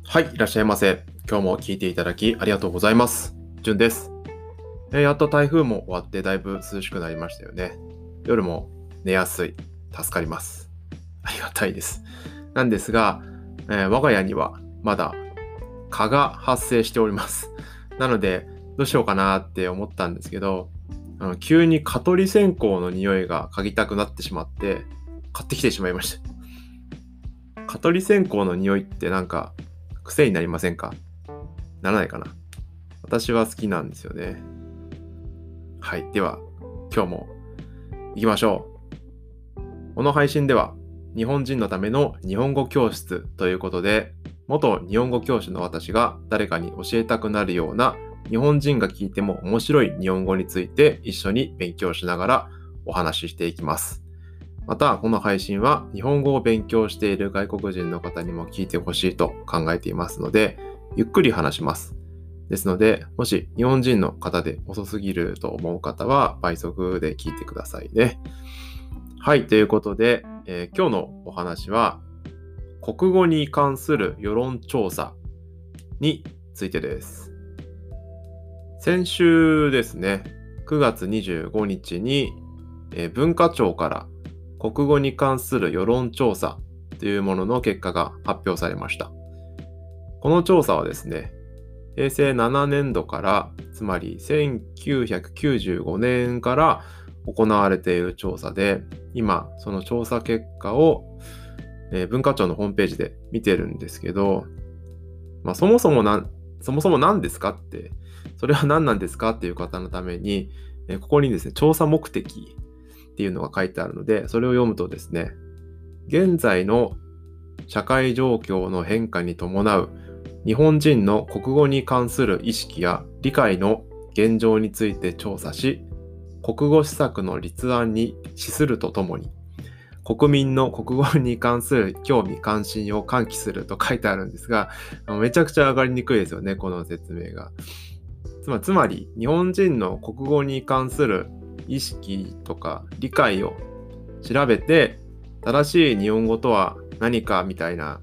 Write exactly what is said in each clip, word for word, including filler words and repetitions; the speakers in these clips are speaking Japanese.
はい、いらっしゃいませ。今日も聞いていただきありがとうございます。じゅんです。えーやっと台風も終わってだいぶ涼しくなりましたよね。夜も寝やすい。助かります。ありがたいです。なんですが、えー我が家にはまだ蚊が発生しております。なので、どうしようかなって思ったんですけど、あの急に蚊取り線香の匂いが嗅ぎたくなってしまって、買ってきてしまいました。蚊取り線香の匂いってなんか癖になりませんか？ならないかな。私は好きなんですよね。はい。では、今日も行きましょう。この配信では、日本人のための日本語教室ということで、元日本語教師の私が誰かに教えたくなるような日本人が聞いても面白い日本語について一緒に勉強しながらお話ししていきます。また、この配信は日本語を勉強している外国人の方にも聞いてほしいと考えていますので、ゆっくり話します。ですので、もし日本人の方で遅すぎると思う方は倍速で聞いてくださいね。はい、ということで、えー今日のお話は国語に関する世論調査についてです。先週ですね、くがつにじゅうごにちに、えー文化庁から国語に関する世論調査というものの結果が発表されました。この調査はですね、へいせいななねんどから、つまりせんきゅうひゃくきゅうじゅうごねんから行われている調査で、今、その調査結果を、えー文化庁のホームページで見てるんですけど、まあ、そもそもなん、そもそも何ですかって、それは何なんですかっていう方のために、えーここにですね、調査目的っていうのが書いてあるので、それを読むとですね、現在の社会状況の変化に伴う日本人の国語に関する意識や理解の現状について調査し、国語施策の立案に資するとともに、国民の国語に関する興味関心を喚起すると書いてあるんですが、めちゃくちゃ上がりにくいですよね、この説明が。つまり、つまり日本人の国語に関する意識とか理解を調べて、正しい日本語とは何かみたいな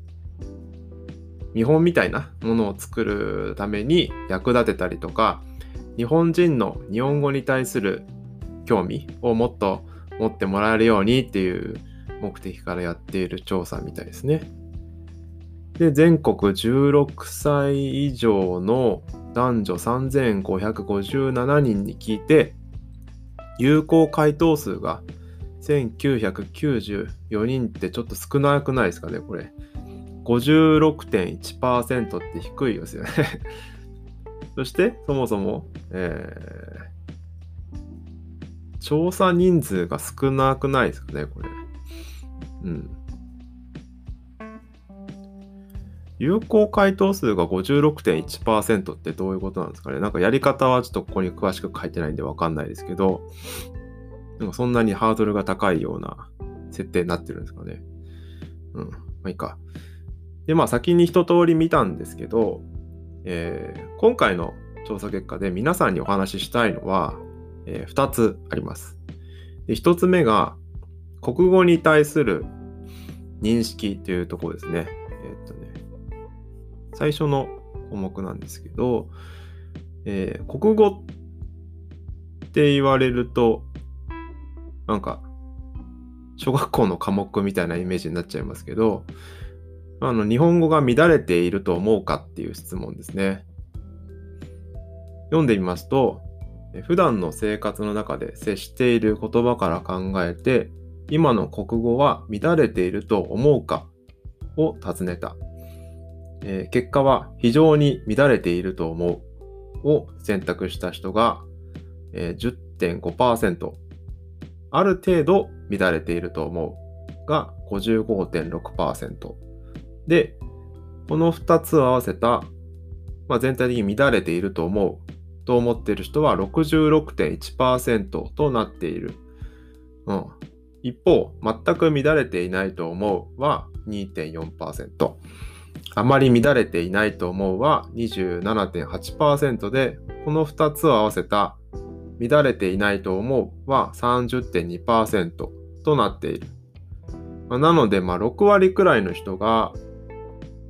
見本みたいなものを作るために役立てたりとか、日本人の日本語に対する興味をもっと持ってもらえるようにっていう目的からやっている調査みたいですね。で、全国じゅうろくさい以上の男女さんぜんごひゃくごじゅうななにんに聞いて、有効回答数がせんきゅうひゃくきゅうじゅうよにんってちょっと少なくないですかね、これ。ごじゅうろくてんいちパーセント って低いですよね。そして、そもそも、えー、調査人数が少なくないですかね、これ。うん。有効回答数が ごじゅうろくてんいちパーセント ってどういうことなんですかね。なんかやり方はちょっとここに詳しく書いてないんでわかんないですけど、なんかそんなにハードルが高いような設定になってるんですかね。うん。まあいいか。で、まあ先に一通り見たんですけど、えー今回の調査結果で皆さんにお話ししたいのは、えーふたつあります。で、ひとつめが国語に対する認識というところですね。えーっとね、最初の項目なんですけど、えー国語って言われると、なんか小学校の科目みたいなイメージになっちゃいますけど、あの日本語が乱れていると思うかっていう質問ですね。読んでみますと、普段の生活の中で接している言葉から考えて、今の国語は乱れていると思うかを尋ねた。えー結果は非常に乱れていると思うを選択した人が、えー じゅってんごパーセント、ある程度乱れていると思うが ごじゅうごてんろくパーセント。で、このふたつを合わせた、まあ、全体的に乱れていると思うと思っている人は ろくじゅうろくてんいちパーセント となっている。うん、一方、全く乱れていないと思うは にてんよんパーセント。あまり乱れていないと思うは にじゅうななてんはちパーセント で、このふたつを合わせた乱れていないと思うは さんじゅってんにパーセント となっている。まあ、なので、まあろくわりくらいの人が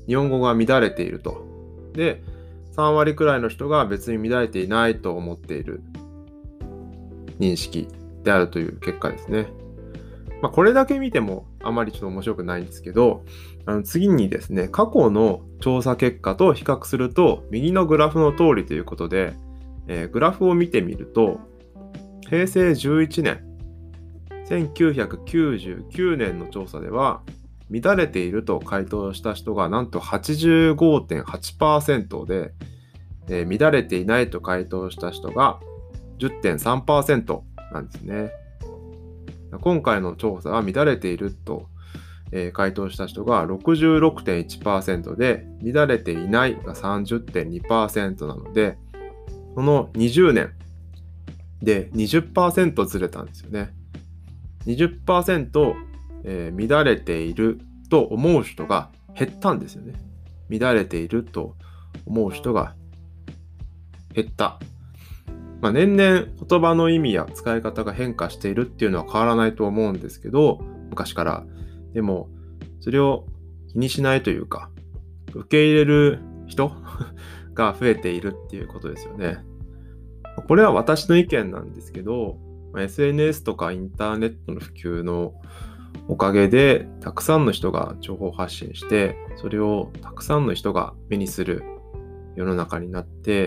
日本語が乱れていると。で、さん割くらいの人が別に乱れていないと思っている認識であるという結果ですね。まあ、これだけ見てもあまりちょっと面白くないんですけど、あの次にですね、過去の調査結果と比較すると、右のグラフの通りということで、えー、グラフを見てみると、へいせいじゅういちねん、せんきゅうひゃくきゅうじゅうきゅうねんの調査では、乱れていると回答した人がなんと はちじゅうごてんはちパーセント で、えー、乱れていないと回答した人が じゅってんさんパーセント なんですね。今回の調査は乱れていると、えー、回答した人が ろくじゅうろくてんいちパーセント で、乱れていないが さんじゅってんにパーセント なので、このにじゅうねんで にじゅっパーセント ずれたんですよね。にじゅっパーセント、えー、乱れていると思う人が減ったんですよね。乱れていると思う人が減った。まあ、年々言葉の意味や使い方が変化しているっていうのは変わらないと思うんですけど、昔から。でも、それを気にしないというか、受け入れる人が増えているっていうことですよね。これは私の意見なんですけど、エスエヌエス とかインターネットの普及のおかげで、たくさんの人が情報発信して、それをたくさんの人が目にする世の中になって、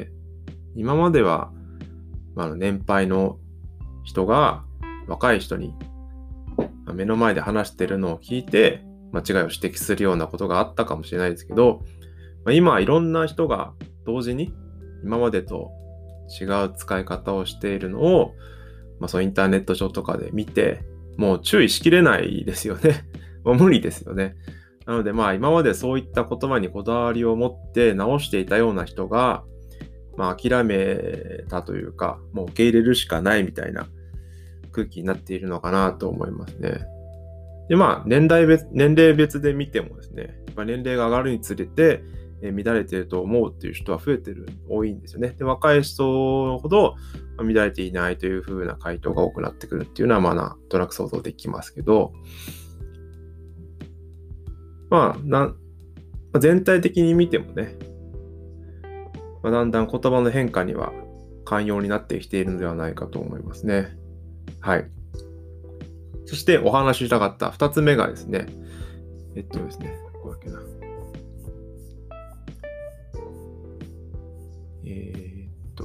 今までは、まあ、年配の人が若い人に目の前で話しているのを聞いて間違いを指摘するようなことがあったかもしれないですけど、まあ、今はいろんな人が同時に今までと違う使い方をしているのを、まあ、そうインターネット上とかで見て、もう注意しきれないですよね。もう無理ですよね。なのでまあ今までそういった言葉にこだわりを持って直していたような人が、まあ諦めたというか、もう受け入れるしかないみたいな空気になっているのかなと思いますね。でまあ年代別、年齢別で見てもですね、まあ、年齢が上がるにつれて、えー、乱れていると思うっていう人は増えてる、多いんですよね。で、若い人ほど乱れていないという風な回答が多くなってくるっていうのはまあなんとなく想像できますけど、まあな全体的に見てもね、まあ、だんだん言葉の変化には寛容になってきているのではないかと思いますね。はい。そしてお話ししたかったふたつめがですね、えっとですね、こうだっけな。えー、っと、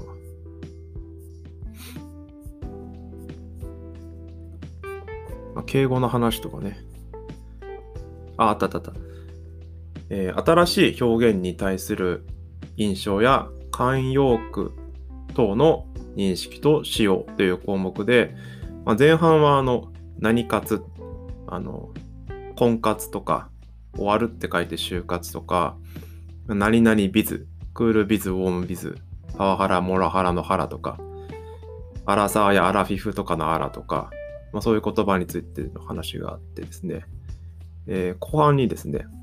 まあ、敬語の話とかね。あ、あったあったあった。えー、新しい表現に対する印象や慣用句等の認識と使用という項目で、まあ、前半はあの何活、あの婚活とか終わるって書いて就活とか、何々ビズ、クールビズ、ウォームビズ、パワハラ、モラハラのハラとか、アラサーやアラフィフとかのアラとか、まあ、そういう言葉についての話があってですね、えー、後半にですね、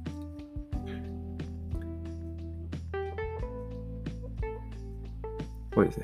これですね、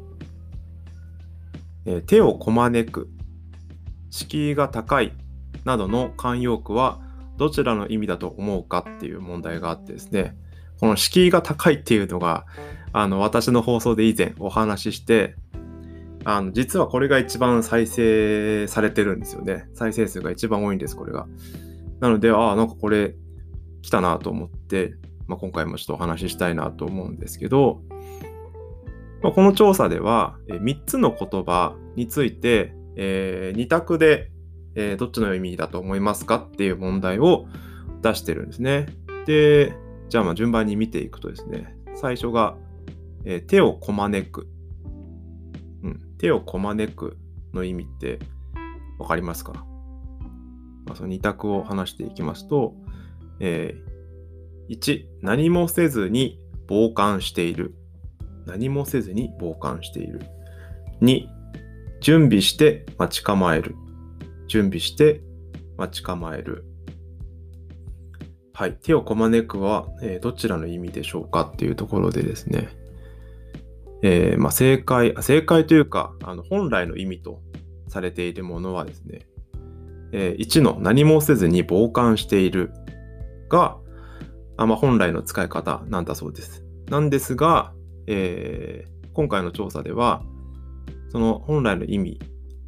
えー、手をこまねく、敷居が高いなどの慣用句はどちらの意味だと思うかっていう問題があってですね、この敷居が高いっていうのがあの私の放送で以前お話しして、あの実はこれが一番再生されてるんですよね。再生数が一番多いんです、これが。なので、ああ、なんかこれ来たなと思って、まあ、今回もちょっとお話ししたいなと思うんですけど、まあ、この調査ではみっつの言葉について、えー、に択で、えー、どっちの意味だと思いますかっていう問題を出してるんですね。で、じゃあまあ順番に見ていくとですね、最初が、えー、手をこまねく、うん、手をこまねくの意味ってわかりますか？まあ、そのに択を話していきますと、えー、いち、何もせずに傍観している。何もせずに傍観している。に、準備して待ち構える。準備して待ち構える。はい。手をこまねくは、えー、どちらの意味でしょうかっていうところでですね、えーまあ、正解、正解というか、あの本来の意味とされているものはですね、えー、いちの何もせずに傍観しているが、 あまあ、本来の使い方なんだそうです。なんですが、えー今回の調査では、その本来の意味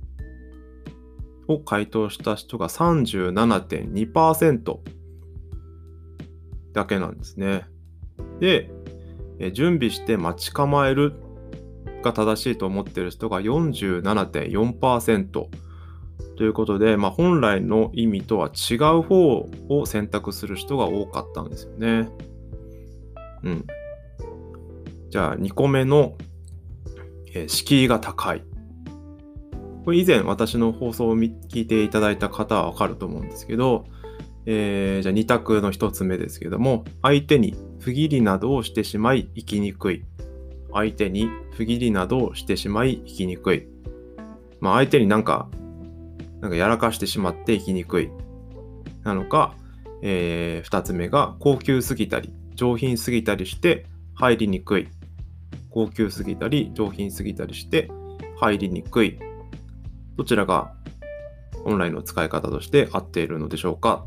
を回答した人が さんじゅうななてんにパーセント だけなんですね。で、え準備して待ち構えるが正しいと思っている人が よんじゅうななてんよんパーセント ということで、まあ、本来の意味とは違う方を選択する人が多かったんですよね。うん。じゃあにこめの、えー敷居が高い。これ以前私の放送を聞いていただいた方はわかると思うんですけど、えーじゃあに択のひとつめですけども、相手に不義理などをしてしまい生きにくい。相手に不義理などをしてしまい生きにくい。まあ相手になんか、なんかやらかしてしまって生きにくい。なのか、えー、ふたつめが高級すぎたり上品すぎたりして入りにくい。高級すぎたり上品すぎたりして入りにくい。どちらが本来の使い方として合っているのでしょうか。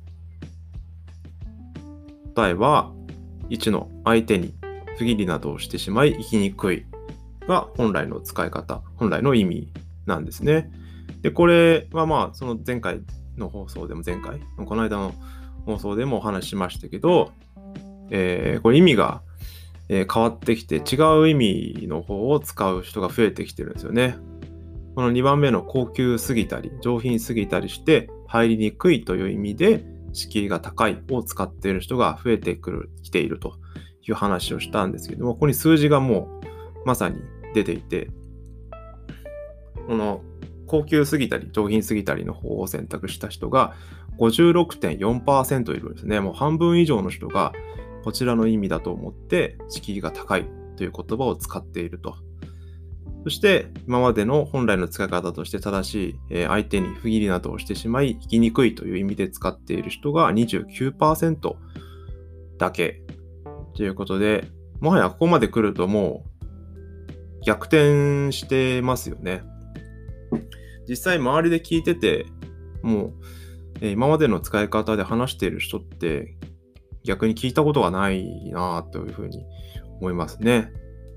答えは、いちの相手に不義理などをしてしまい生きにくいが本来の使い方、本来の意味なんですね。で、これはまあ、その前回の放送でも、前回、この間の放送でもお話ししましたけど、えー、これ意味が、えー変わってきて違う意味の方を使う人が増えてきてるんですよね。このにばんめの高級すぎたり上品すぎたりして入りにくいという意味で敷居が高いを使っている人が増えてくるきているという話をしたんですけども、ここに数字がもうまさに出ていて、この高級すぎたり上品すぎたりの方を選択した人が ごじゅうろくてんよんパーセント いるんですね。もう半分以上の人がこちらの意味だと思って敷居が高いという言葉を使っていると。そして今までの本来の使い方として正しい、えー相手に不義理などをしてしまい生きにくいという意味で使っている人が にじゅうきゅうパーセント だけということで、もはやここまで来るともう逆転してますよね。実際周りで聞いててもう、えー今までの使い方で話している人って逆に聞いたことがないなというふうに思いますね。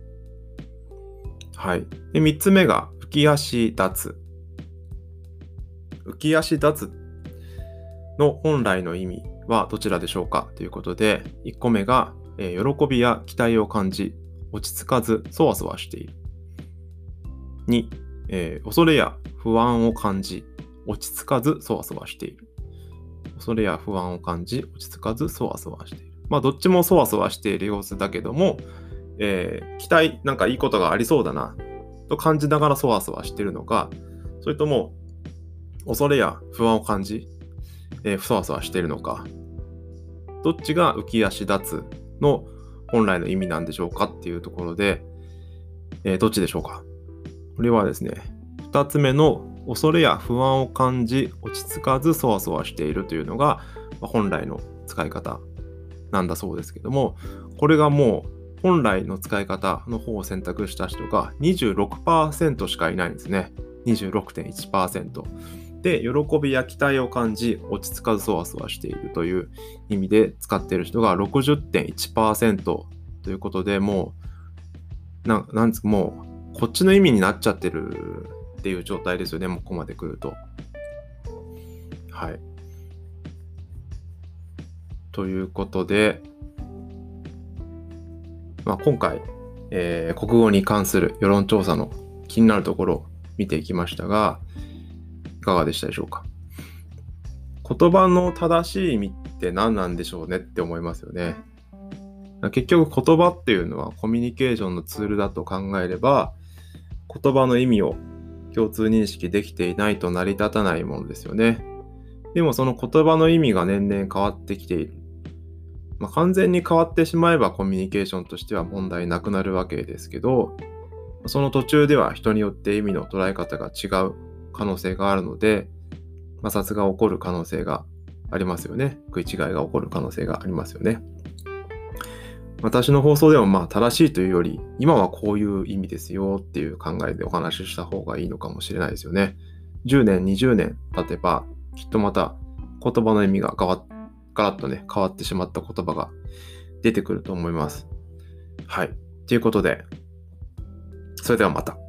はい。で、みっつめが浮き足立つ。浮き足立つの本来の意味はどちらでしょうかということで、いっこめが、えー喜びや期待を感じ、落ち着かず、そわそわしている。に、えー恐れや不安を感じ、落ち着かず、そわそわしている。恐れや不安を感じ、落ち着かず、そわそわしている。まあ、どっちもそわそわしている様子だけども、えー期待、なんかいいことがありそうだな、と感じながらそわそわしているのか、それとも、恐れや不安を感じ、えー、そわそわしているのか、どっちが浮き足立つの本来の意味なんでしょうかっていうところで、えーどっちでしょうか。これはですね、ふたつめの恐れや不安を感じ、落ち着かずそわそわしているというのが、まあ本来の使い方なんだそうですけども、これがもう本来の使い方の方を選択した人が にじゅうろくパーセント しかいないんですね。にじゅうろくてんいちパーセント。で、喜びや期待を感じ、落ち着かずそわそわしているという意味で使っている人が ろくじゅってんいちパーセント ということで、もう、ななんですか、もう、こっちの意味になっちゃってるっていう状態ですよね、もうここまで来ると。はい。ということで、まあ、今回、えー国語に関する世論調査の気になるところを見ていきましたが、いかがでしたでしょうか。言葉の正しい意味って何なんでしょうねって思いますよね。結局言葉っていうのはコミュニケーションのツールだと考えれば、言葉の意味を共通認識できていないと成り立たないものですよね。でもその言葉の意味が年々変わってきている。まあ、完全に変わってしまえばコミュニケーションとしては問題なくなるわけですけど、その途中では人によって意味の捉え方が違う可能性があるので、摩擦が起こる可能性がありますよね。食い違いが起こる可能性がありますよね。私の放送でもまあ正しいというより、今はこういう意味ですよっていう考えでお話しした方がいいのかもしれないですよね。じゅうねん、にじゅうねん経てば、きっとまた言葉の意味が変わガラッとね、変わってしまった言葉が出てくると思います。はい。ということで、それではまた。